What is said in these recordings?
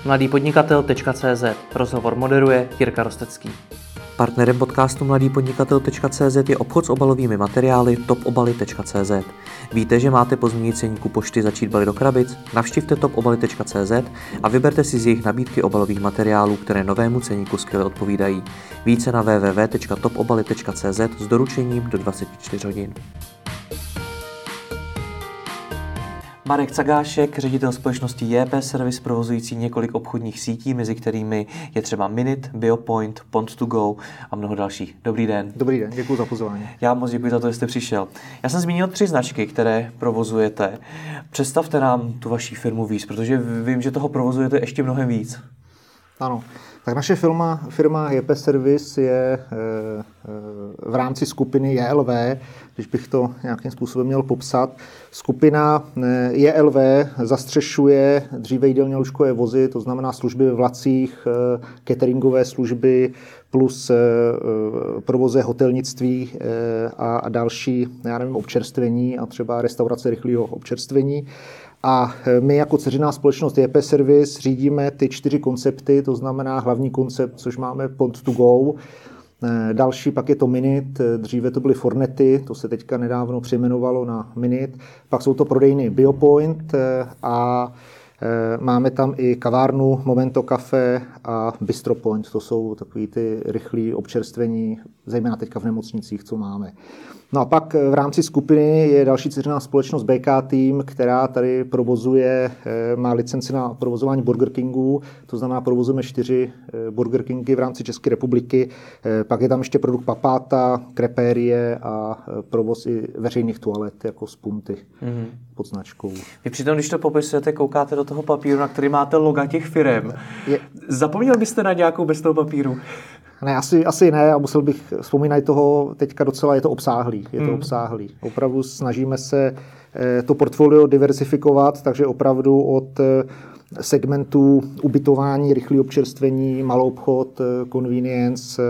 mladýpodnikatel.cz. Rozhovor moderuje Jirka Rostecký. Partnerem podcastu mladýpodnikatel.cz je obchod s obalovými materiály topobaly.cz. Víte, že máte po změně ceníku pošty začít balit do krabic? Navštivte topobaly.cz a vyberte si z jejich nabídky obalových materiálů, které novému ceníku skvěle odpovídají. Více na www.topobaly.cz s doručením do 24 hodin. Marek Cagášek, ředitel společnosti JP Service, provozující několik obchodních sítí, mezi kterými je třeba Minit, Biopoint, Pont2Go a mnoho dalších. Dobrý den. Dobrý den, děkuji za pozvání. Já moc děkuji za to, že jste přišel. Já jsem zmínil 3 značky, které provozujete. Představte nám tu vaši firmu víc, protože vím, že toho provozujete ještě mnohem víc. Ano, tak naše firma JP Service je v rámci skupiny JLV, když bych to nějakým způsobem měl popsat. Skupina JLV zastřešuje dříve jídelně lůžkové vozy, to znamená služby ve vlacích, cateringové služby plus provoze hotelnictví a další, občerstvení a třeba restaurace rychlého občerstvení. A my jako dceřiná společnost JP Service řídíme ty 4 koncepty, to znamená hlavní koncept, což máme Pont2Go. Další pak je to Minit, dříve to byly Fornety, to se teďka nedávno přejmenovalo na Minit. Pak jsou to prodejny Biopoint a máme tam i kavárnu Momento Café a Bistro Point, to jsou takový ty rychlé občerstvení, zejména teďka v nemocnicích, co máme. No a pak v rámci skupiny je další dceřiná společnost BK Team, která tady má licenci na provozování Burger Kingů, to znamená provozujeme 4 Burger Kingy v rámci České republiky. Pak je tam ještě produkt Papáta, Crepérie a provoz i veřejných toalet jako Spunty pod značkou. Vy přitom, když to popisujete, koukáte do toho papíru, na který máte loga těch firem. Zapomněl byste na nějakou bez toho papíru? Ne, asi ne a musel bych vzpomínat toho teďka docela, je to obsáhlý. Opravdu snažíme se to portfolio diversifikovat, takže opravdu od segmentu ubytování, rychlé občerstvení, maloobchod, convenience,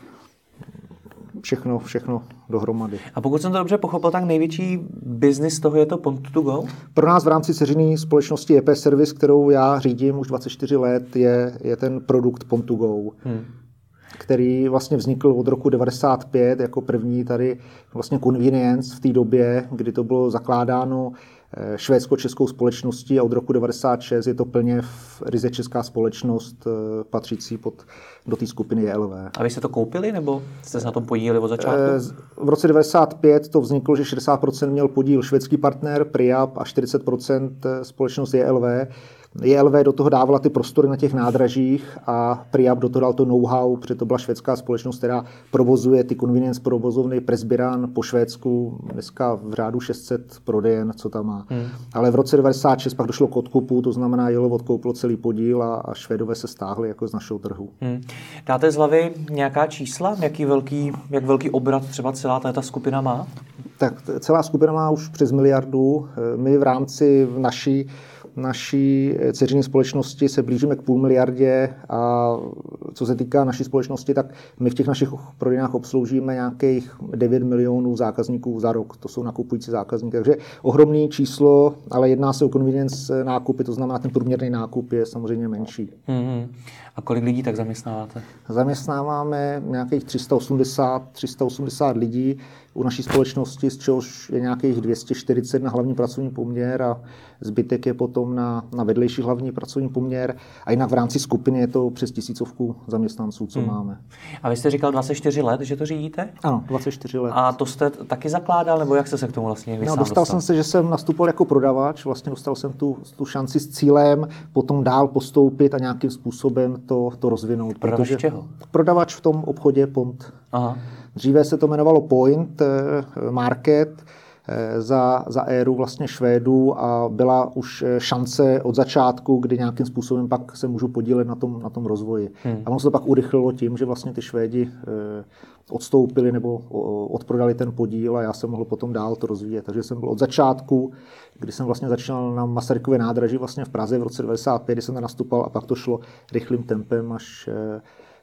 všechno dohromady. A pokud jsem to dobře pochopil, tak největší biznis toho je to Pont2Go? Pro nás v rámci dceřiné společnosti JP Service, kterou já řídím už 24 let, je ten produkt Pont2Go. Který vlastně vznikl od roku 1995 jako první tady vlastně convenience v té době, kdy to bylo zakládáno švédsko-českou společností a od roku 1996 je to plně ryze česká společnost patřící do té skupiny JLV. A vy jste to koupili nebo jste se na tom podíleli od začátku? V roce 1995 to vzniklo, že 60% měl podíl švédský partner Priap a 40% společnost JLV. JLV do toho dávala ty prostory na těch nádražích a Priap do toho dal to know-how, protože to byla švédská společnost, která provozuje ty convenience provozovny Presbyran po Švédsku, dneska v řádu 600 prodejen, co tam má. Ale v roce 1996 pak došlo k odkupu, to znamená JLV odkoupilo celý podíl a Švédové se stáhli jako z našeho trhu. Dáte z hlavy nějaká čísla? Jak velký obrat třeba celá ta skupina má? Tak celá skupina má už přes 1 miliardu. My v rámci naší dceřiné společnosti se blížíme k 0,5 miliardě a co se týká naší společnosti, tak my v těch našich prodejnách obsloužíme nějakých 9 milionů zákazníků za rok. To jsou nakupující zákazníky. Takže ohromný číslo, ale jedná se o convenience nákupy, to znamená, ten průměrný nákup je samozřejmě menší. A kolik lidí tak zaměstnáváte? Zaměstnáváme nějakých 380 lidí u naší společnosti, z čehož je nějakých 240 na hlavní pracovní poměr a zbytek je potom na vedlejší hlavní pracovní poměr. A jinak v rámci skupiny je to přes 1000 zaměstnanců, co máme. A vy jste říkal 24 let, že to řídíte? Ano, 24 let. A to jste taky zakládal, nebo jak jste se k tomu vlastně dostal jsem se, že jsem nastupoval jako prodavač, vlastně dostal jsem tu šanci s cílem potom dál postoupit a nějakým způsobem to rozvinout. Prodavač čeho? Prodavač v tom obchodě Pont. Aha. Dříve se to jmenovalo Point Market za éru vlastně Švédů a byla už šance od začátku, kdy nějakým způsobem pak se můžu podílet na tom rozvoji. A ono se to pak urychlilo tím, že vlastně ty Švédi odstoupili nebo odprodali ten podíl a já jsem mohl potom dál to rozvíjet. Takže jsem byl od začátku, kdy jsem vlastně začínal na Masarykově nádraží vlastně v Praze v roce 1995, kdy jsem tam nastupoval a pak to šlo rychlým tempem až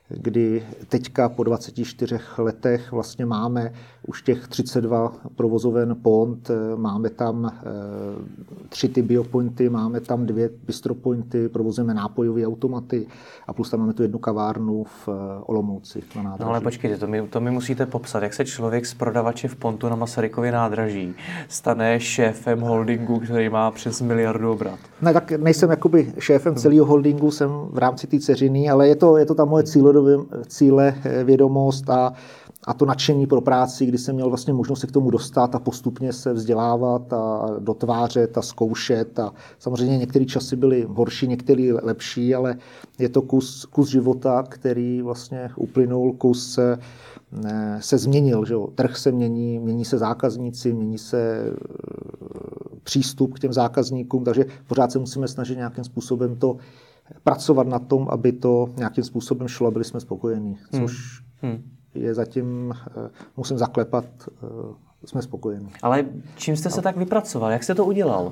kdy teďka po 24 letech vlastně máme už těch 32 provozoven Pont, máme tam 3 ty biopointy, máme tam 2 bistropointy, provozujeme nápojové automaty a plus tam máme tu 1 kavárnu v Olomouci na nádraží. No ale počkejte, to mi musíte popsat, jak se člověk z prodavače v Pontu na Masarykově nádraží stane šéfem holdingu, který má přes 1 miliardu obrat. Ne, tak nejsem jakoby šéfem celého holdingu, jsem v rámci té dceřiny, ale je to ta moje cílevědomost a to nadšení pro práci, kdy jsem měl vlastně možnost se k tomu dostat a postupně se vzdělávat a dotvářet a zkoušet. A samozřejmě některé časy byly horší, některé lepší, ale je to kus života, který vlastně uplynul, kus se změnil. Že jo? Trh se mění se zákazníci, mění se přístup k těm zákazníkům, takže pořád se musíme snažit nějakým způsobem to pracovat na tom, aby to nějakým způsobem šlo a byli jsme spokojení, což je zatím, musím zaklepat, jsme spokojení. Ale čím jste se tak vypracoval? Jak jste to udělal?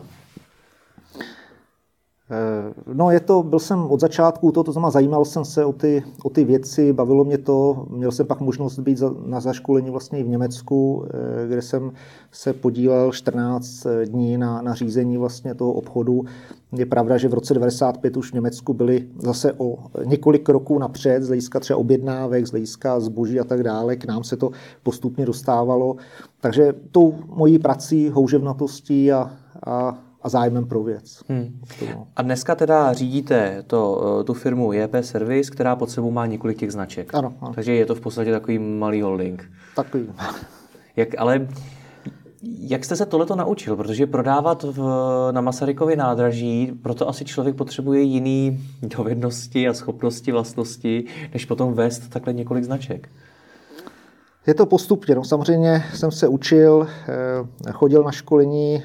No byl jsem od začátku to znamená, zajímal jsem se o ty věci, bavilo mě to, měl jsem pak možnost být na zaškolení vlastně i v Německu, kde jsem se podílel 14 dní na řízení vlastně toho obchodu. Je pravda, že v roce 1995 už v Německu byli zase o několik roků napřed, z hlediska třeba objednávek, z hlediska zboží a tak dále, k nám se to postupně dostávalo. Takže tou mojí prací, houževnatostí a zájmem pro věc. A dneska teda řídíte tu firmu JP Service, která pod sebou má několik těch značek. Ano. Takže je to v podstatě takový malý holding. Takový. Jak jste se tohleto naučil? Protože prodávat na Masarykově nádraží, proto asi člověk potřebuje jiný dovednosti a schopnosti, vlastnosti, než potom vést takhle několik značek. Je to postupně. No, samozřejmě jsem se učil, chodil na školení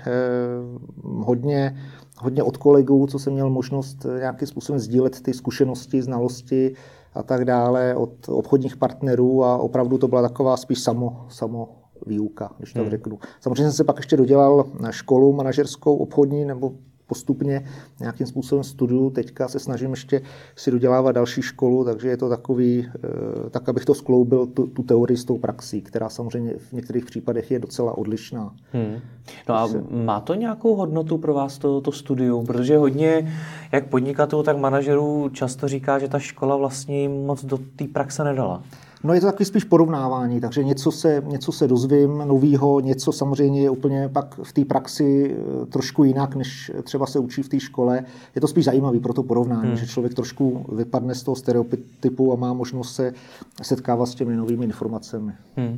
hodně od kolegů, co jsem měl možnost nějakým způsobem sdílet ty zkušenosti, znalosti a tak dále, od obchodních partnerů a opravdu to byla taková spíš samo výuka, když tak řeknu. Samozřejmě jsem se pak ještě dodělal na školu manažerskou, obchodní nebo postupně nějakým způsobem studuju. Teďka se snažím ještě si dodělávat další školu, takže je to takový, tak abych to skloubil tu teorii s tou praxí, která samozřejmě v některých případech je docela odlišná. No a má to nějakou hodnotu pro vás to studium? Protože hodně, jak podnikatelů, tak manažerů často říká, že ta škola vlastně jim moc do té praxe nedala. No je to takový spíš porovnávání, takže něco se dozvím novýho, něco samozřejmě je úplně pak v té praxi trošku jinak, než třeba se učí v té škole. Je to spíš zajímavý pro to porovnání, že člověk trošku vypadne z toho stereotypu a má možnost se setkávat s těmi novými informacemi.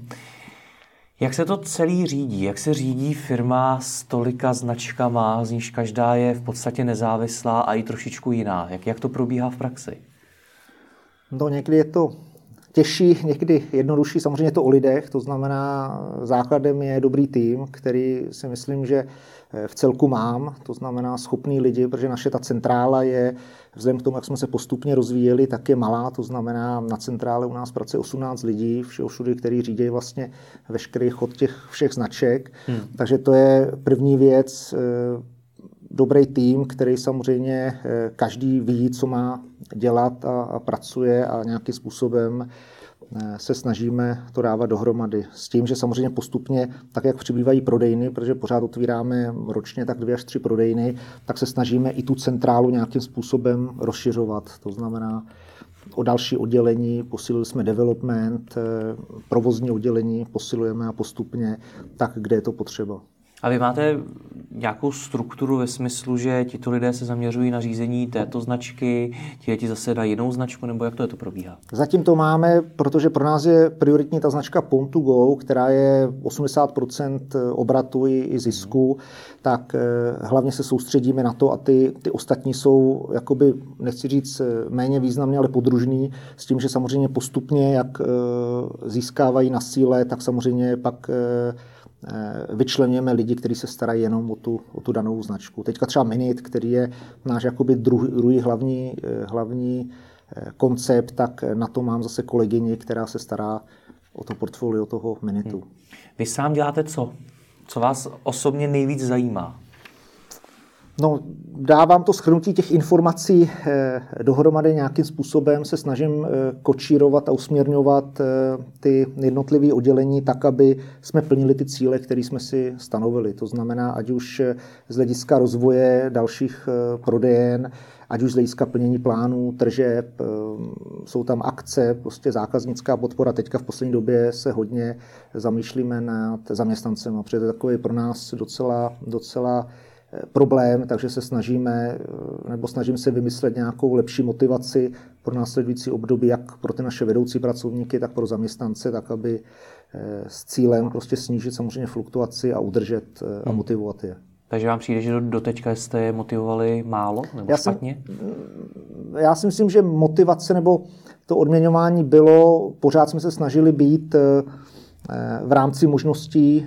Jak se to celý řídí? Jak se řídí firma s tolika značkama, z níž každá je v podstatě nezávislá a i trošičku jiná? Jak to probíhá v praxi? No někdy je to těžší, někdy jednodušší, samozřejmě je to o lidech, to znamená základem je dobrý tým, který si myslím, že v celku mám, to znamená schopný lidi, protože naše ta centrála je, vzhledem k tomu, jak jsme se postupně rozvíjeli, tak je malá, to znamená na centrále u nás pracuje 18 lidí, všude, kteří řídí vlastně veškerý chod těch všech značek, takže to je první věc, dobrý tým, který samozřejmě každý ví, co má dělat a pracuje a nějakým způsobem se snažíme to dávat dohromady. S tím, že samozřejmě postupně, tak jak přibývají prodejny, protože pořád otvíráme ročně tak 2 až 3 prodejny, tak se snažíme i tu centrálu nějakým způsobem rozšiřovat. To znamená o další oddělení, posílili jsme development, provozní oddělení posilujeme a postupně tak, kde je to potřeba. A vy máte nějakou strukturu ve smyslu, že tito lidé se zaměřují na řízení této značky, ti zase na jinou značku, nebo jak to probíhá? Zatím to máme, protože pro nás je prioritní ta značka Pont to Go, která je 80% obratu i zisku, tak hlavně se soustředíme na to a ty ostatní jsou, jakoby, nechci říct méně významné, ale podružný, s tím, že samozřejmě postupně, jak získávají na síle, tak samozřejmě pak vyčleňujeme lidi, kteří se starají jenom o tu danou značku. Teďka třeba Minit, který je náš jakoby druhý hlavní koncept, tak na to mám zase kolegyni, která se stará o to portfolio toho Minitu. Vy sám děláte co? Co vás osobně nejvíc zajímá? No, dávám to shrnutí těch informací dohromady nějakým způsobem, se snažím kočírovat a usměrňovat ty jednotlivé oddělení tak, aby jsme plnili ty cíle, které jsme si stanovili. To znamená, ať už z hlediska rozvoje dalších prodejen, ať už z hlediska plnění plánů, tržeb, jsou tam akce, prostě zákaznická podpora. Teďka v poslední době se hodně zamýšlíme nad zaměstnancem, protože to je takový pro nás docela problém, takže se snažím se vymyslet nějakou lepší motivaci pro následující období, jak pro ty naše vedoucí pracovníky, tak pro zaměstnance, tak aby s cílem prostě snížit samozřejmě fluktuaci a udržet a motivovat je. Takže vám přijde, že do teďka jste je motivovali málo nebo špatně? Já si myslím, že motivace nebo to odměňování bylo, pořád jsme se snažili být v rámci možností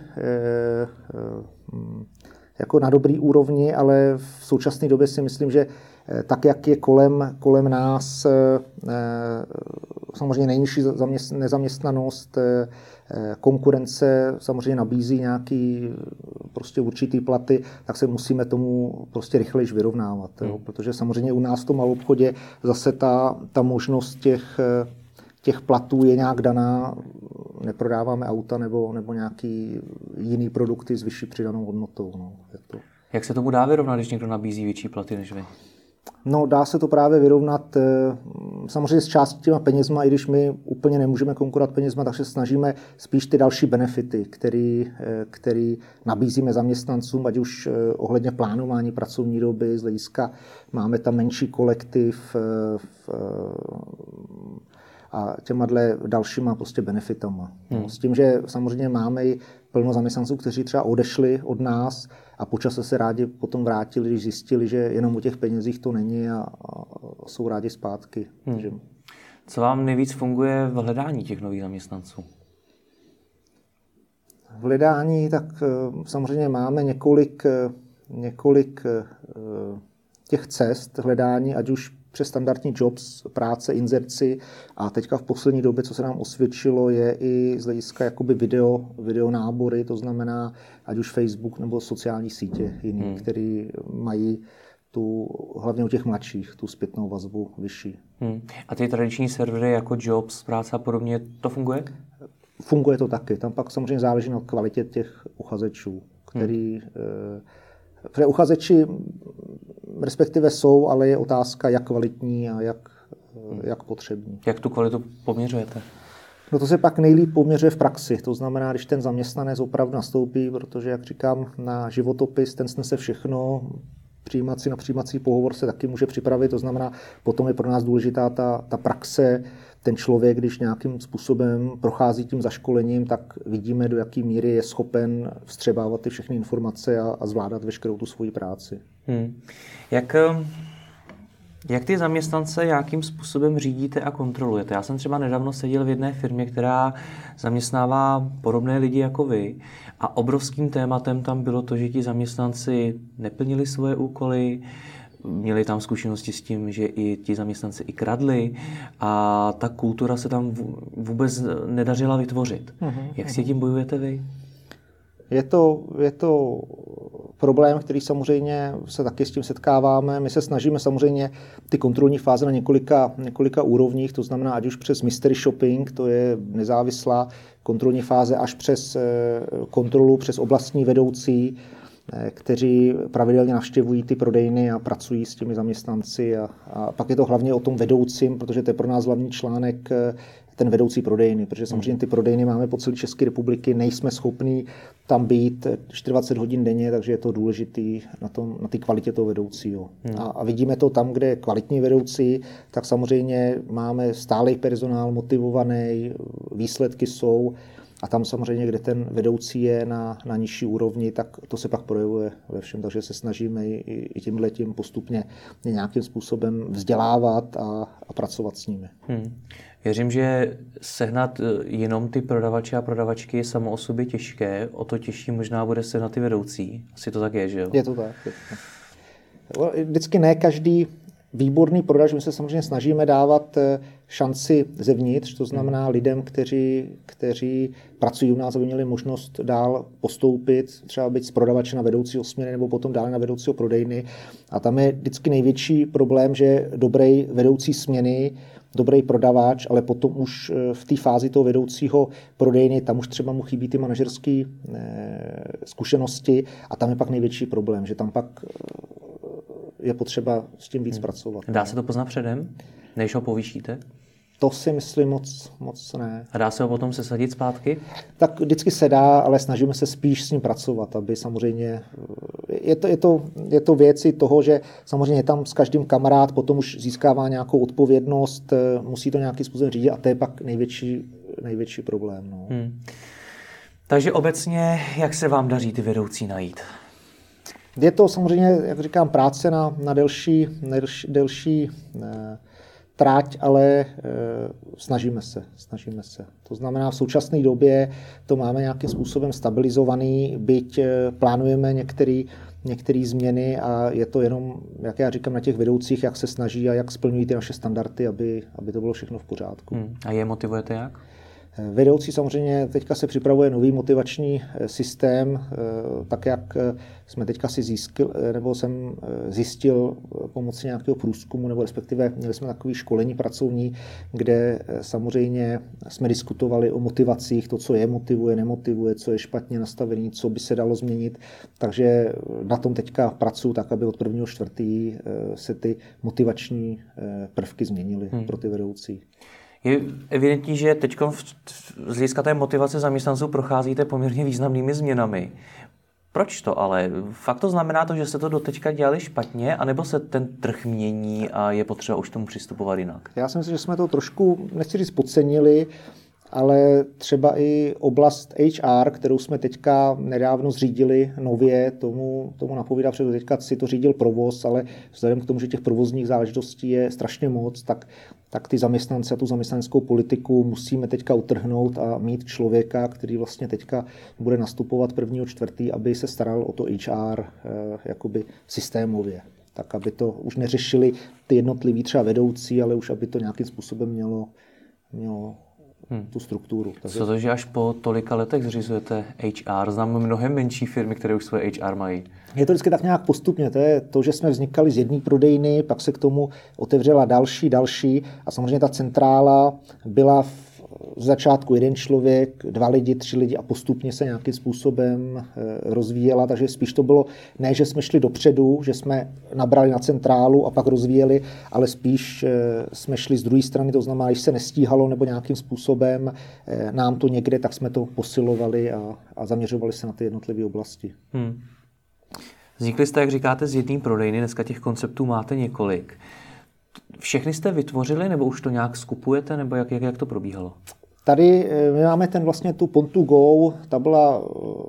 jako na dobrý úrovni, ale v současné době si myslím, že tak, jak je kolem nás samozřejmě nejnižší nezaměstnanost, konkurence samozřejmě nabízí nějaký prostě určitý platy, tak se musíme tomu prostě rychleji vyrovnávat. Jo? Protože samozřejmě u nás v tom maloobchodě zase ta možnost těch platů je nějak daná, neprodáváme auta nebo nějaký jiný produkty s vyšší přidanou hodnotou. No. Jak se tomu dá vyrovnat, když někdo nabízí větší platy než vy? No, dá se to právě vyrovnat samozřejmě s částí těma penězma, i když my úplně nemůžeme konkurovat penězma, tak se snažíme spíš ty další benefity, který nabízíme zaměstnancům, ať už ohledně plánování pracovní doby, z hlediska máme tam menší kolektiv a těma dalšíma prostě benefitama. S tím, že samozřejmě máme i plno zaměstnanců, kteří třeba odešli od nás a po čase se rádi potom vrátili, když zjistili, že jenom o těch penězích to není a jsou rádi zpátky. Co vám nejvíc funguje v hledání těch nových zaměstnanců? V hledání tak samozřejmě máme několik těch cest hledání, ať už přes standardní jobs, práce, inzerci a teďka v poslední době, co se nám osvědčilo, je i z hlediska jakoby video nábory, to znamená ať už Facebook nebo sociální sítě jiný, který mají hlavně u těch mladších, tu zpětnou vazbu vyšší. A ty tradiční servery jako Jobs, práce a podobně, to funguje? Funguje to taky. Tam pak samozřejmě záleží na kvalitě těch uchazečů, protože uchazeči respektive jsou, ale je otázka, jak kvalitní a jak potřební. Jak tu kvalitu poměřujete? No to se pak nejlíp poměřuje v praxi. To znamená, když ten zaměstnanec opravdu nastoupí, protože, jak říkám, na životopis ten snese všechno, na přijímací pohovor se taky může připravit, to znamená, potom je pro nás důležitá ta praxe, ten člověk, když nějakým způsobem prochází tím zaškolením, tak vidíme, do jaké míry je schopen vstřebávat ty všechny informace a zvládat veškerou tu svoji práci. Jak ty zaměstnance jakým způsobem řídíte a kontrolujete? Já jsem třeba nedávno seděl v jedné firmě, která zaměstnává podobné lidi jako vy a obrovským tématem tam bylo to, že ti zaměstnanci neplnili svoje úkoly, měli tam zkušenosti s tím, že i ti zaměstnanci i kradli a ta kultura se tam vůbec nedařila vytvořit. Jak si tím bojujete vy? Je to problém, který samozřejmě se taky s tím setkáváme. My se snažíme samozřejmě ty kontrolní fáze na několika úrovních, to znamená ať už přes mystery shopping, to je nezávislá kontrolní fáze, až přes kontrolu přes oblastní vedoucí, kteří pravidelně navštěvují ty prodejny a pracují s těmi zaměstnanci. A pak je to hlavně o tom vedoucím, protože to je pro nás hlavní článek, ten vedoucí prodejny, protože samozřejmě ty prodejny máme po celé České republiky, nejsme schopní tam být 24 hodin denně, takže je to důležitý na té kvalitě toho vedoucího. A vidíme to tam, kde je kvalitní vedoucí, tak samozřejmě máme stálý personál motivovaný, výsledky jsou a tam samozřejmě, kde ten vedoucí je na nižší úrovni, tak to se pak projevuje ve všem, takže se snažíme i tímhletím postupně nějakým způsobem vzdělávat a pracovat s nimi. Věřím, že sehnat jenom ty prodavače a prodavačky je samo o sobě těžké, o to těžší možná bude sehnat ty vedoucí. Asi to tak je, že jo? Je to tak. Vždycky ne každý výborný prodaž. My se samozřejmě snažíme dávat šanci zevnitř, to znamená lidem, kteří pracují u nás, aby měli možnost dál postoupit, třeba být z prodavače na vedoucího směny nebo potom dále na vedoucího prodejny. A tam je vždycky největší problém, že dobrý vedoucí směny, dobrý prodavač, ale potom už v té fázi toho vedoucího prodejny, tam už třeba mu chybí ty manažerské zkušenosti a tam je pak největší problém, že tam pak je potřeba s tím víc pracovat. Dá se to poznat předem, než ho povýšíte? To si myslím moc ne. A dá se ho potom sesadit zpátky? Tak vždycky se dá, ale snažíme se spíš s ním pracovat, aby samozřejmě... Je to věci toho, že samozřejmě tam s každým kamarád potom už získává nějakou odpovědnost, musí to nějakým způsobem řídit a to je pak největší problém. No. Takže obecně, jak se vám daří ty vedoucí najít? Je to samozřejmě, jak říkám, práce na delší tráť, ale snažíme se. To znamená, v současné době to máme nějakým způsobem stabilizovaný, byť plánujeme některé změny a je to jenom, jak já říkám, na těch vedoucích, jak se snaží a jak splňují ty naše standardy, aby to bylo všechno v pořádku. A je motivujete jak? Vedoucí samozřejmě teďka se připravuje nový motivační systém, tak jak jsme teďka jsem zjistil pomocí nějakého průzkumu, nebo respektive měli jsme takové školení pracovní, kde samozřejmě jsme diskutovali o motivacích, to, co je motivuje, nemotivuje, co je špatně nastavený, co by se dalo změnit. Takže na tom teďka pracuji tak, aby od 1.4. se ty motivační prvky změnily pro ty vedoucí. Je evidentní, že teď z hlediska té motivace zaměstnanců procházíte poměrně významnými změnami. Proč to ale? Fakt to znamená to, že jste to doteďka dělali špatně, anebo se ten trh mění a je potřeba už tomu přistupovat jinak? Já si myslím, že jsme to trošku, nechci říct, podcenili, ale třeba i oblast HR, kterou jsme teďka nedávno zřídili nově, tomu napovídá, protože teďka si to řídil provoz, ale vzhledem k tomu, že těch provozních záležitostí je strašně moc, tak ty zaměstnance a tu zaměstnaneckou politiku musíme teďka utrhnout a mít člověka, který vlastně teďka bude nastupovat 1.4., aby se staral o to HR jakoby systémově. Tak, aby to už neřešili ty jednotliví třeba vedoucí, ale už aby to nějakým způsobem mělo tu strukturu. Takže... Co to, že až po tolika letech zřizujete HR? Znám mnohem menší firmy, které už svoje HR mají. Je to vždycky tak nějak postupně. To je to, že jsme vznikali z jedné prodejny, pak se k tomu otevřela další a samozřejmě ta centrála byla v začátku jeden člověk, 2 lidi, 3 lidi a postupně se nějakým způsobem rozvíjela, takže spíš to bylo ne, že jsme šli dopředu, že jsme nabrali na centrálu a pak rozvíjeli, ale spíš jsme šli z druhé strany, to znamená, když se nestíhalo nebo nějakým způsobem nám to někde, tak jsme to posilovali a zaměřovali se na ty jednotlivé oblasti. Vznikli jste, jak říkáte, z jedné prodejny, dneska těch konceptů máte několik. Všechny jste vytvořili, nebo už to nějak skupujete, nebo jak to probíhalo? Tady my máme tu Pont2Go, ta byla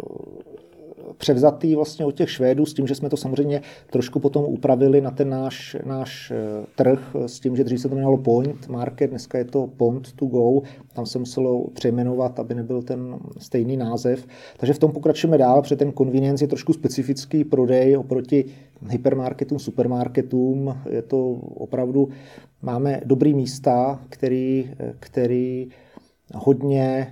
převzatý vlastně od těch Švédů s tím, že jsme to samozřejmě trošku potom upravili na ten náš trh s tím, že dřív se to jmenovalo Point Market, dneska je to Pont2Go, tam se muselo přejmenovat, aby nebyl ten stejný název. Takže v tom pokračujeme dál, protože ten convenience je trošku specifický prodej oproti hypermarketům, supermarketům. Je to opravdu, máme dobrý místa, který hodně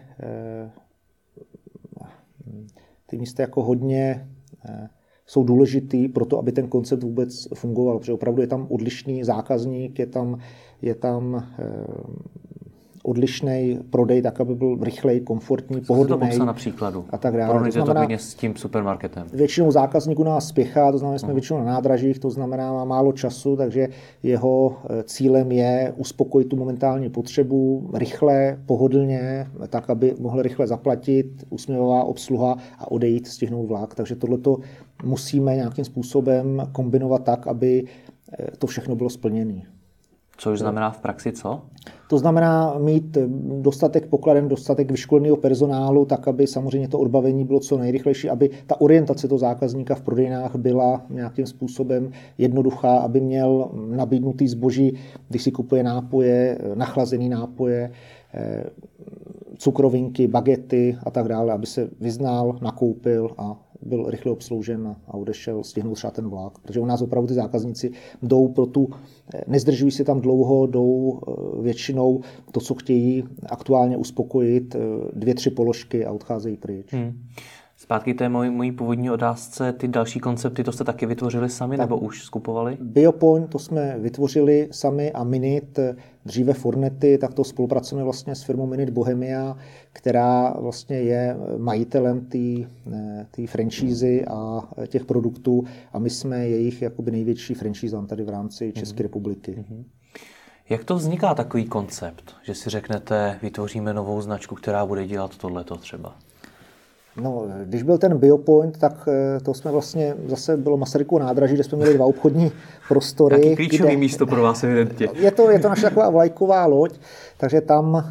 ty místa jako hodně jsou důležitý pro to, aby ten koncept vůbec fungoval, protože opravdu je tam odlišný zákazník, je tam odlišný prodej, tak aby byl rychlej, komfortní, pohodlný. Co to popsat na příkladu? A tak dále. Porovnejte to klidně s tím supermarketem. Většinou zákazník u nás spěchá, to znamená, že jsme většinou na nádražích, to znamená, má málo času, takže jeho cílem je uspokojit tu momentální potřebu rychle, pohodlně, tak, aby mohl rychle zaplatit, usměvavá obsluha a odejít, stihnout vlak. Takže tohleto musíme nějakým způsobem kombinovat tak, aby to všechno bylo splněné. Což znamená v praxi co? To znamená mít dostatek pokladen, dostatek vyškoleného personálu, tak aby samozřejmě to odbavení bylo co nejrychlejší, aby ta orientace toho zákazníka v prodejnách byla nějakým způsobem jednoduchá, aby měl nabídnutý zboží, když si kupuje nápoje, nachlazený nápoje, cukrovinky, bagety a tak dále, aby se vyznal, nakoupil a byl rychle obsloužen a odešel, stihnul třeba ten vlak. Protože u nás opravdu ty zákazníci jdou pro tu, nezdržují se tam dlouho, jdou většinou to, co chtějí aktuálně uspokojit, 2-3 položky a odcházejí pryč. Zpátky té mojí původní otázce, ty další koncepty, to jste taky vytvořili sami nebo už skupovali? Biopoint, to jsme vytvořili sami a Minit, dříve Fornety, tak to spolupracujeme vlastně s firmou Minit Bohemia, která vlastně je majitelem té franšízy a těch produktů a my jsme jejich jakoby největší franšízant tady v rámci České republiky. Jak to vzniká takový koncept, že si řeknete, vytvoříme novou značku, která bude dělat tohleto třeba? No, když byl ten Biopoint, tak to jsme vlastně, zase bylo Masarykovo nádraží, kde jsme měli 2 obchodní prostory. Jaký klíčový místo pro vás evidentně. Je to naše taková vlajková loď, takže tam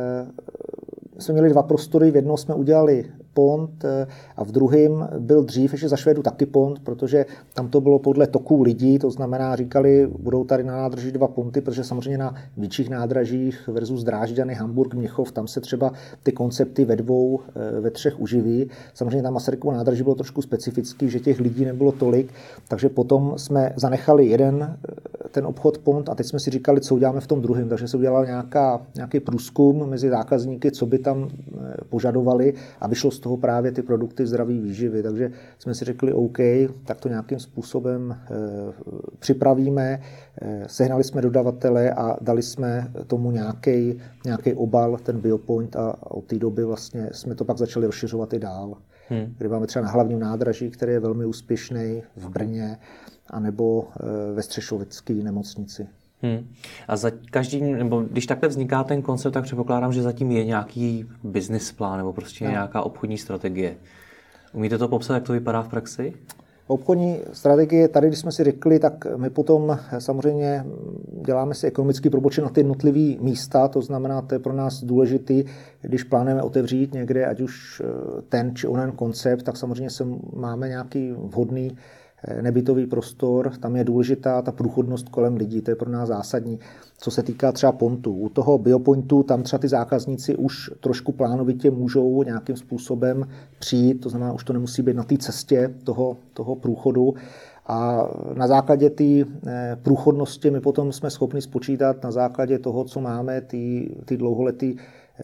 jsme měli 2 prostory, v jednom jsme udělali pont a v druhém byl dřív ještě za Švédu taky pont, protože tam to bylo podle toků lidí, to znamená, říkali, budou tady na nádraží 2 ponty, protože samozřejmě na větších nádražích versus Drážďany, Hamburg, Mnichov, tam se třeba ty koncepty ve 3 uživí. Samozřejmě tam Masarykovo nádraží bylo trošku specifický, že těch lidí nebylo tolik, takže potom jsme zanechali jeden ten obchod pont a teď jsme si říkali, co uděláme v tom druhém, takže se udělal nějaký průzkum mezi zákazníky, co by tam požadovali a vyšlo z toho právě ty produkty zdraví výživy. Takže jsme si řekli OK, tak to nějakým způsobem připravíme. Sehnali jsme dodavatele a dali jsme tomu nějaký obal, ten Biopoint a od té doby vlastně jsme to pak začali rozšiřovat i dál. Kdy máme třeba na hlavním nádraží, který je velmi úspěšný v Brně, anebo ve Střešovické nemocnici. A za každým, nebo když takhle vzniká ten koncept, tak předpokládám, že zatím je nějaký business plán nebo prostě nějaká obchodní strategie. Umíte to popsat, jak to vypadá v praxi? Obchodní strategie, tady když jsme si řekli, tak my potom samozřejmě děláme si ekonomický propočet na ty jednotlivé místa, to znamená, to je pro nás důležitý, když plánujeme otevřít někde, ať už ten či onen koncept, tak samozřejmě máme nějaký vhodný nebytový prostor, tam je důležitá ta průchodnost kolem lidí, to je pro nás zásadní. Co se týká třeba pontu, u toho Biopointu, tam třeba ty zákazníci už trošku plánovitě můžou nějakým způsobem přijít, to znamená, už to nemusí být na té cestě toho průchodu. A na základě té průchodnosti my potom jsme schopni spočítat na základě toho, co máme, ty dlouholetý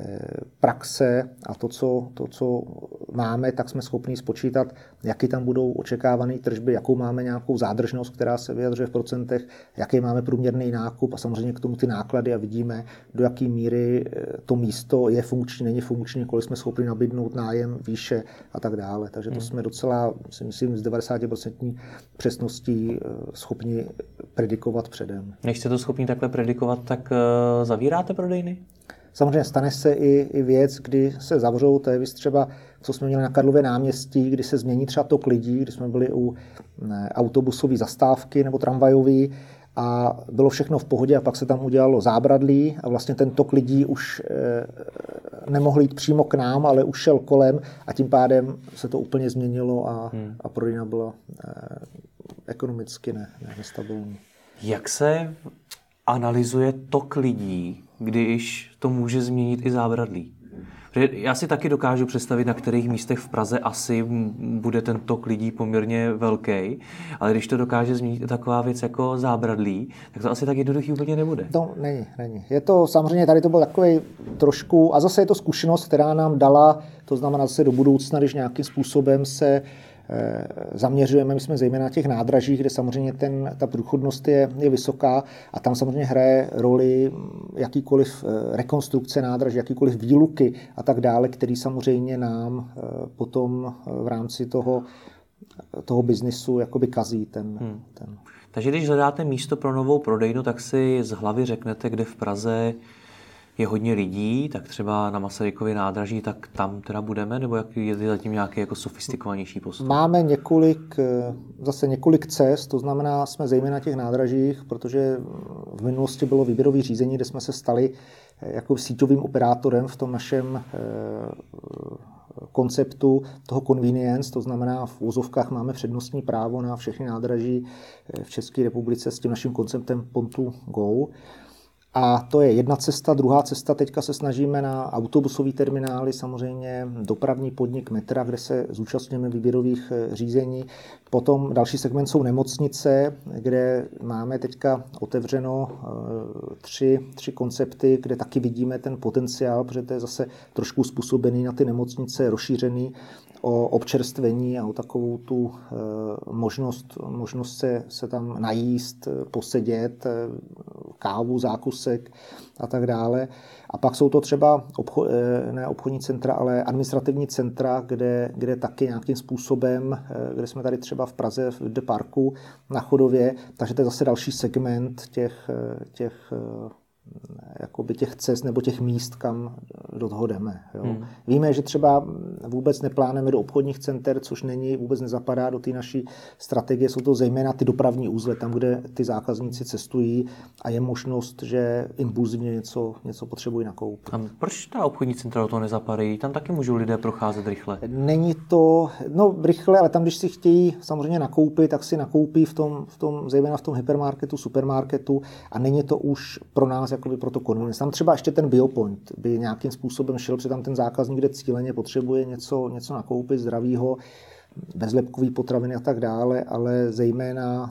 praxe a to, co máme, tak jsme schopni spočítat, jaké tam budou očekávané tržby, jakou máme nějakou zádržnost, která se vyjadřuje v procentech, jaký máme průměrný nákup a samozřejmě k tomu ty náklady a vidíme, do jaké míry to místo je funkční, není funkční, kolik jsme schopni nabídnout nájem výše a tak dále. Takže to jsme docela, si myslím, s 90% přesností schopni predikovat předem. Než jste to schopni takhle predikovat, tak zavíráte prodejny? Samozřejmě stane se i věc, kdy se zavřou, to je třeba, co jsme měli na Karlově náměstí, kdy se změní třeba tok lidí, kdy jsme byli u autobusové zastávky nebo tramvajové a bylo všechno v pohodě a pak se tam udělalo zábradlí a vlastně ten tok lidí už nemohl jít přímo k nám, ale už šel kolem a tím pádem se to úplně změnilo a prodejna byla ekonomicky nestabilní. Jak se analyzuje tok lidí, když to může změnit i zábradlí? Protože já si taky dokážu představit, na kterých místech v Praze asi bude ten tok lidí poměrně velký, ale když to dokáže změnit i taková věc jako zábradlí, tak to asi tak jednoduchý úplně nebude. To není. Je to samozřejmě, tady to byl takový trošku, a zase je to zkušenost, která nám dala, to znamená zase do budoucna, když nějakým způsobem se zaměřujeme, my jsme zejména na těch nádražích, kde samozřejmě ta průchodnost je vysoká a tam samozřejmě hraje roli jakýkoliv rekonstrukce nádraží, jakýkoliv výluky a tak dále, který samozřejmě nám potom v rámci toho biznisu jakoby kazí ten. Takže když hledáte místo pro novou prodejnu, tak si z hlavy řeknete, kde v Praze je hodně lidí, tak třeba na Masarykově nádraží, tak tam teda budeme, nebo je zatím nějaký jako sofistikovanější postup? Máme několik cest, to znamená, jsme zejména na těch nádražích, protože v minulosti bylo výběrové řízení, kde jsme se stali jako síťovým operátorem v tom našem konceptu toho convenience, to znamená v úzovkách máme přednostní právo na všechny nádraží v České republice s tím naším konceptem Pontu Go. A to je jedna cesta. Druhá cesta, teďka se snažíme na autobusové terminály, samozřejmě dopravní podnik Metra, kde se zúčastňujeme výběrových řízení. Potom další segment jsou nemocnice, kde máme teďka otevřeno tři koncepty, kde taky vidíme ten potenciál, protože to je zase trošku způsobený na ty nemocnice, rozšířený o občerstvení a o takovou tu možnost se tam najíst, posedět, kávu, zákusek a tak dále. A pak jsou to třeba ne obchodní centra, ale administrativní centra, kde taky nějakým způsobem, kde jsme tady třeba v Praze v The Parku na Chodově, takže to je zase další segment těch cest nebo těch míst, kam do toho jdeme. Jo. Víme, že třeba vůbec neplánujeme do obchodních center, což vůbec nezapadá do té naší strategie. Jsou to zejména ty dopravní uzly, tam, kde ty zákazníci cestují a je možnost, že impulzivně něco potřebují nakoupit. A proč ta obchodní centra do toho nezapadají? Tam taky můžou lidé procházet rychle. Není to, rychle, ale tam, když si chtějí samozřejmě nakoupit, tak si nakoupí zejména v tom hypermarketu, supermarketu a není to už pro nás jakoby pro to convenience. Tam třeba ještě ten biopoint by nějakým způsobem šel, protože tam ten zákazník, kde cíleně potřebuje něco nakoupit zdravýho, bezlepkový potraviny a tak dále, ale zejména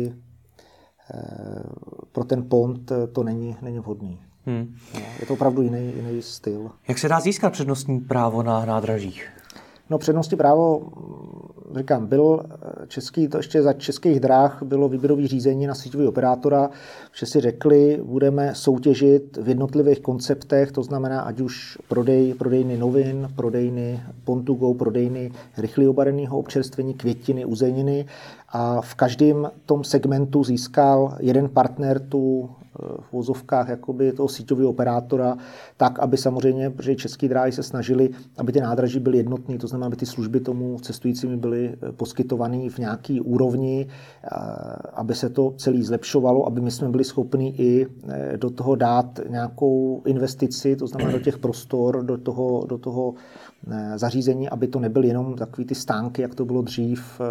pro ten pont to není vhodný. Je to opravdu jiný styl. Jak se dá získat přednostní právo na nádražích? No, přednostní právo, říkám, to ještě za Českých dráh bylo výběrové řízení na síťový operátora, že si řekli, budeme soutěžit v jednotlivých konceptech, to znamená, ať už prodejny novin, prodejny Pont2Go, prodejny rychle obareného občerstvení, květiny, uzeniny a v každém tom segmentu získal jeden partner v vozovkách jakoby toho síťového operátora, tak, aby samozřejmě, protože České dráhy se snažili, aby ty nádraží byly jednotné, to znamená, aby ty služby tomu cestujícími byly poskytované v nějaké úrovni, aby se to celé zlepšovalo, aby my jsme byli schopni i do toho dát nějakou investici, to znamená do těch prostor, do toho zařízení, aby to nebyly jenom takový ty stánky, jak to bylo dřív,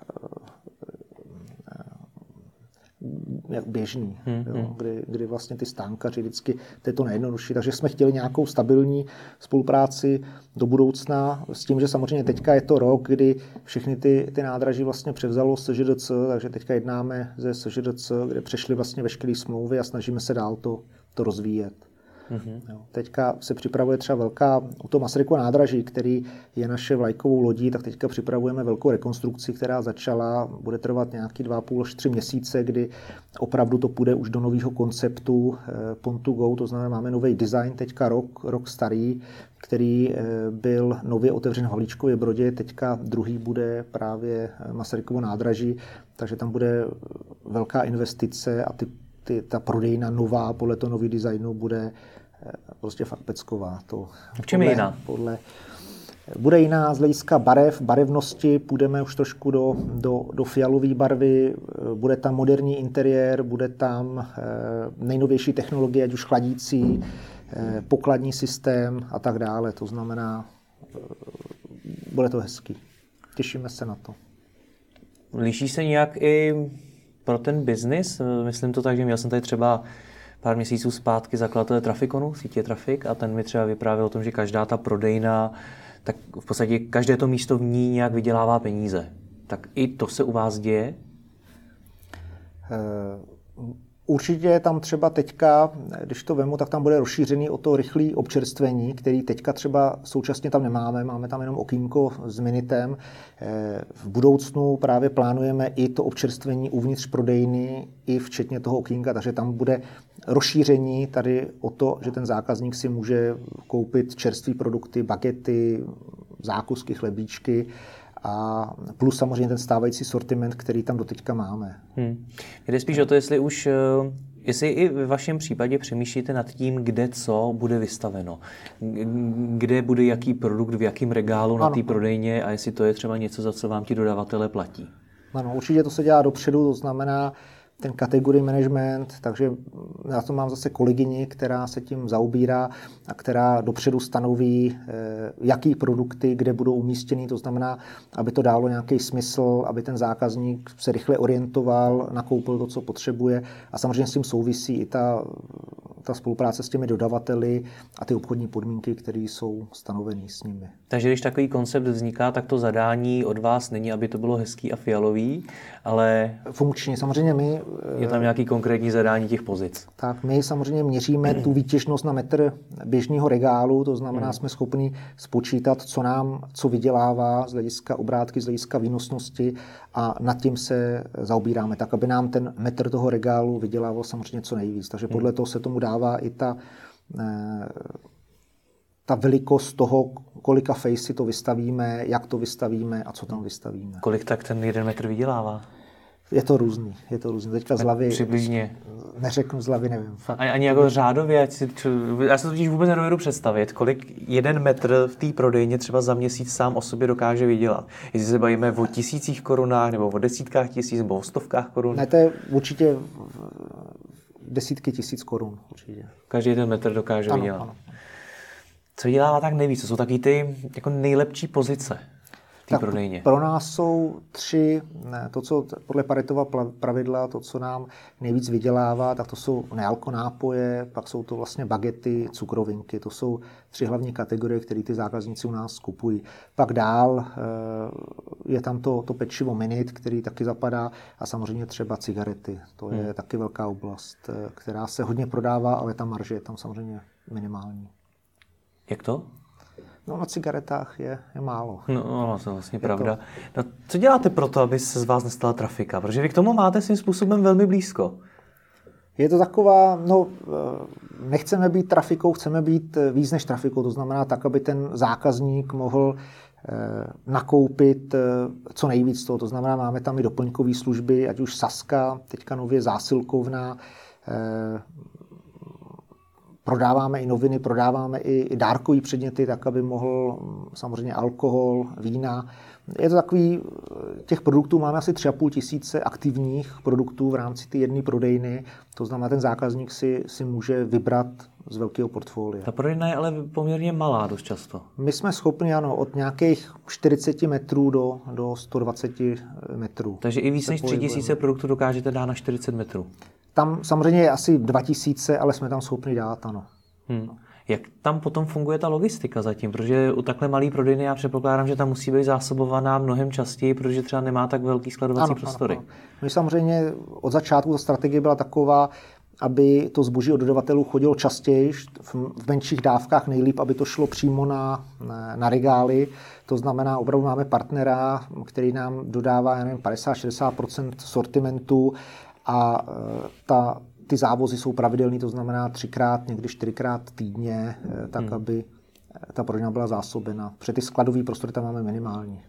jak běžný, kdy vlastně ty stánkaři vždycky, to je to nejjednodušší. Takže jsme chtěli nějakou stabilní spolupráci do budoucna s tím, že samozřejmě teďka je to rok, kdy všechny ty nádraží vlastně převzalo SŽDC, takže teďka jednáme ze SŽDC, kde přešly vlastně veškeré smlouvy a snažíme se dál to rozvíjet. Teďka se připravuje třeba u toho Masarykova nádraží, který je naše vlajkovou lodí, tak teďka připravujeme velkou rekonstrukci, která začala, bude trvat nějaký 2,5 až 3 měsíce, kdy opravdu to půjde už do nového konceptu Pont2Go, to znamená, máme nový design, teďka rok starý, který byl nově otevřen v Havlíčkově Brodě, teďka druhý bude právě Masarykovo nádraží, takže tam bude velká investice a ta prodejna nová podle toho nový designu bude prostě fakt pecková. V čem je jiná? Bude jiná z hlediska barevnosti, půjdeme už trošku do fialové barvy, bude tam moderní interiér, bude tam nejnovější technologie, ať už chladící, pokladní systém a tak dále. To znamená, bude to hezký. Těšíme se na to. Liší se nějak i pro ten biznis? Myslím to tak, že měl jsem tady třeba pár měsíců zpátky zakladatele Trafikonu, sítě Trafik, a ten mi třeba vyprávěl o tom, že každá ta prodejna, tak v podstatě každé to místo v ní nějak vydělává peníze. Tak i to se u vás děje? Určitě tam třeba teďka, když to vemu, tak tam bude rozšířený o to rychlé občerstvení, který teďka třeba současně tam nemáme. Máme tam jenom okýnko s minitem. V budoucnu právě plánujeme i to občerstvení uvnitř prodejny, i včetně toho okýnka, takže tam bude rozšíření tady o to, že ten zákazník si může koupit čerstvé produkty, bagety, zákusky, chlebíčky, a plus samozřejmě ten stávající sortiment, který tam doteďka máme. Jde spíš o to, jestli i ve vašem případě přemýšlíte nad tím, kde co bude vystaveno. Kde bude jaký produkt, v jakém regálu na té prodejně a jestli to je třeba něco, za co vám ti dodavatelé platí. Ano, určitě to se dělá dopředu, to znamená ten category management, takže já to mám zase kolegyni, která se tím zaobírá a která dopředu stanoví, jaký produkty, kde budou umístěny, to znamená, aby to dalo nějaký smysl, aby ten zákazník se rychle orientoval, nakoupil to, co potřebuje a samozřejmě s tím souvisí i ta ta spolupráce s těmi dodavateli a ty obchodní podmínky, které jsou stanoveny s nimi. Takže když takový koncept vzniká, tak to zadání od vás není, aby to bylo hezký a fialový, ale funkční. Samozřejmě my... Je tam nějaký konkrétní zadání těch pozic. Tak my samozřejmě měříme tu výtěžnost na metr běžného regálu, to znamená, jsme schopni spočítat, co vydělává z hlediska obrátky, z hlediska výnosnosti a nad tím se zaobíráme, tak aby nám ten metr toho regálu vydělával samozřejmě co nejvíc. Takže podle toho se tomu dává i ta velikost toho, kolika fejsy to vystavíme, jak to vystavíme a co tam vystavíme. Kolik tak ten 1 metr vydělává? Je to různý. Teďka z hlavy... Přibližně. Neřeknu z hlavy, nevím. Fakt. Ani jako řádově, já se totiž vůbec nedovedu představit, kolik 1 metr v té prodejně třeba za měsíc sám o sobě dokáže vydělat. Jestli se bavíme o tisících korunách, nebo o desítkách tisíc, nebo o stovkách korun. Ne, to je určitě desítky tisíc korun. Určitě. Každý ten metr dokáže vydělat. Ano. Co dělá tak nejvíc? Co jsou taky ty jako nejlepší pozice v té prodejně? Pro nás jsou 3, to, co podle Paretova pravidla, to, co nám nejvíc vydělává, tak to jsou nealko nápoje, pak jsou to vlastně bagety, cukrovinky. To jsou 3 hlavní kategorie, které ty zákazníci u nás kupují. Pak dál je tam to pečivo Minit, který taky zapadá, a samozřejmě třeba cigarety. To je taky velká oblast, která se hodně prodává, ale ta marže je tam samozřejmě minimální. Jak to? No, na cigaretách je málo. No, to je vlastně pravda. No, co děláte pro to, aby se z vás nestala trafika? Protože vy k tomu máte svým způsobem velmi blízko. Je to taková, nechceme být trafikou, chceme být víc než trafikou. To znamená tak, aby ten zákazník mohl nakoupit co nejvíc toho. To znamená, máme tam i doplňkové služby, ať už Saska, teďka nově zásilkovna, prodáváme i noviny, prodáváme i dárkové předměty, tak aby mohl samozřejmě alkohol, vína. Je to takový, těch produktů máme asi 3,5 tisíce aktivních produktů v rámci té jedné prodejny. To znamená, ten zákazník si může vybrat z velkého portfolia. Ta prodejna je ale poměrně malá dost často. My jsme schopni, ano, od nějakých 40 metrů do 120 metrů. Takže i víc než 3 tisíce produktů dokážete dát na 40 metrů. Tam samozřejmě je asi 2000, ale jsme tam schopni dát, ano. Jak tam potom funguje ta logistika zatím? Protože u takhle malý prodejny já předpokládám, že tam musí být zásobovaná mnohem častěji, protože třeba nemá tak velký skladovací prostory. Ano. My samozřejmě od začátku ta strategie byla taková, aby to zboží od dodavatelů chodilo častěji, v menších dávkách, nejlíp, aby to šlo přímo na regály. To znamená, opravdu máme partnera, který nám dodává 50-60% sortimentu, a ty závozy jsou pravidelný, to znamená 3x, někdy 4x týdně, tak aby ta prodejna byla zásobena. Protože ty skladové prostory tam máme minimální.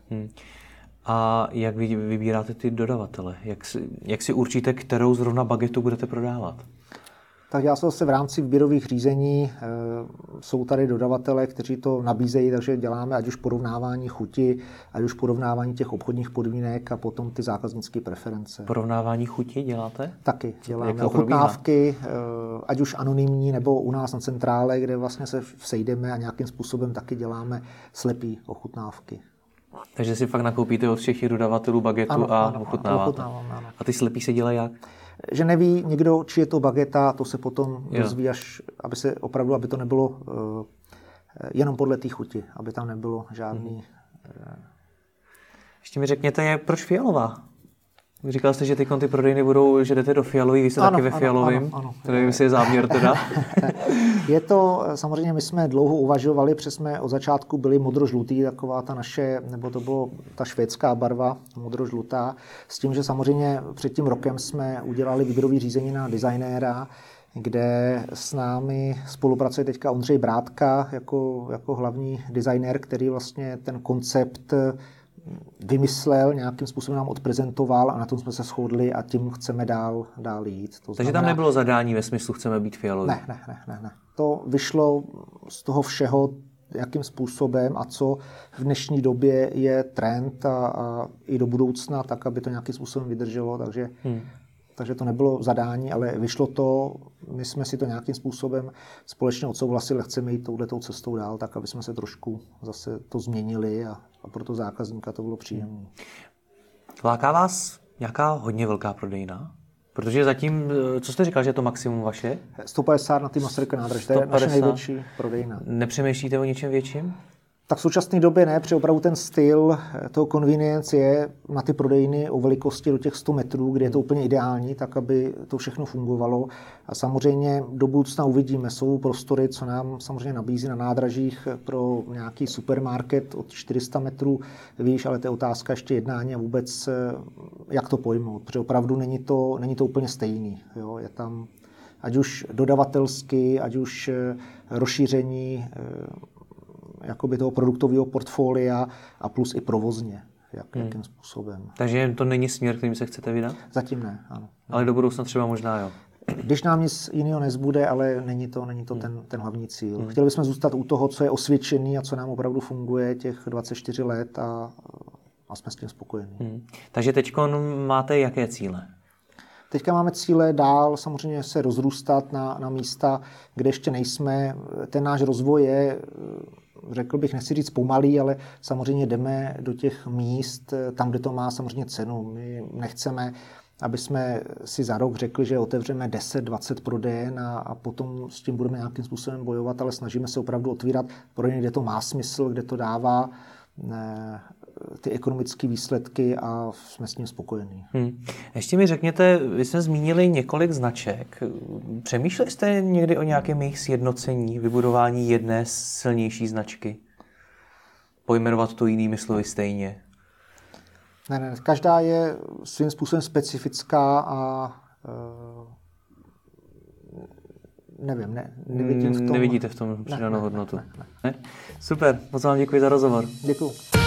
A jak vy vybíráte ty dodavatele? Jak si určíte, kterou zrovna bagetu budete prodávat? Tak já se zase v rámci výběrových řízení jsou tady dodavatelé, kteří to nabízejí, takže děláme ať už porovnávání chuti, ať už porovnávání těch obchodních podmínek a potom ty zákaznické preference. Porovnávání chuti děláte? Taky děláme ochutnávky, ať už anonymní nebo u nás na centrále, kde vlastně se sejdeme a nějakým způsobem taky děláme slepý ochutnávky. Takže si fakt nakoupíte od všech dodavatelů bagetu a ochutnáváte. Ano. A ty slepí se dělají jak? Že neví někdo, či je to bageta, to se potom dozví, až aby to nebylo jenom podle té chuti, aby tam nebylo žádný... Ještě mi řekněte, proč fialová? Říkal jste, že ty prodejny budou, že jdete do fialový, vy jste taky ve fialovém, to nevím, jestli je záměr teda. Je to, samozřejmě my jsme dlouho uvažovali, protože jsme od začátku byli modrožlutý, taková ta naše, nebo to bylo ta švédská barva, modrožlutá, s tím, že samozřejmě před tím rokem jsme udělali výběrové řízení na designéra, kde s námi spolupracuje teďka Ondřej Brátka jako hlavní designér, který vlastně ten koncept vymyslel, nějakým způsobem nám odprezentoval a na tom jsme se shodli a tím chceme dál jít. Takže tam nebylo zadání ve smyslu chceme být fialový? Ne. To vyšlo z toho všeho, jakým způsobem a co v dnešní době je trend a i do budoucna, tak aby to nějakým způsobem vydrželo, takže to nebylo zadání, ale vyšlo to, my jsme si to nějakým způsobem společně odsouhlasili, chceme jít touhletou cestou dál, tak aby jsme se trošku zase to změnili a pro to zákazníka to bylo příjemné. Láká vás nějaká hodně velká prodejna? Protože zatím, co jste říkal, že je to maximum vaše? 150 na ty Masaryka nádraž, to je naše největší prodejna. Nepřemýšlíte o něčem větším? Tak v současné době ne, protože opravdu ten styl toho convenience je na ty prodejny o velikosti do těch 100 metrů, kde je to úplně ideální, tak aby to všechno fungovalo. A samozřejmě do budoucna uvidíme, jsou prostory, co nám samozřejmě nabízí na nádražích pro nějaký supermarket od 400 metrů výš, ale to je otázka ještě jednání a vůbec, jak to pojmout, protože opravdu není to úplně stejný. Jo? Je tam ať už dodavatelsky, ať už rozšíření jakoby toho produktového portfolia a plus i provozně, jakým způsobem. Takže to není směr, kterým se chcete vydat? Zatím ne, ano. Ale do budoucna třeba možná jo. Když nám nic jiného nezbude, ale není to ten hlavní cíl. Chtěli bychom zůstat u toho, co je osvědčený a co nám opravdu funguje těch 24 let a jsme s tím spokojení. Takže teď máte jaké cíle? Teďka máme cíle dál samozřejmě se rozrůstat na místa, kde ještě nejsme. Ten náš rozvoj je, řekl bych, nechci říct pomalý, ale samozřejmě jdeme do těch míst, tam, kde to má samozřejmě cenu. My nechceme, aby jsme si za rok řekli, že otevřeme 10-20 prodejen a potom s tím budeme nějakým způsobem bojovat, ale snažíme se opravdu otvírat prodejny, kde to má smysl, kde to dává ty ekonomické výsledky a jsme s tím spokojení. Ještě mi řekněte, vy jsme zmínili několik značek. Přemýšleli jste někdy o nějakém jejich sjednocení, vybudování jedné silnější značky? Pojmenovat to jinými slovy stejně? Ne, každá je svým způsobem specifická a nevím, nevidím v tom. Nevidíte v tom přidanou hodnotu? Ne. Super, moc vám děkuji za rozhovor. Děkuji.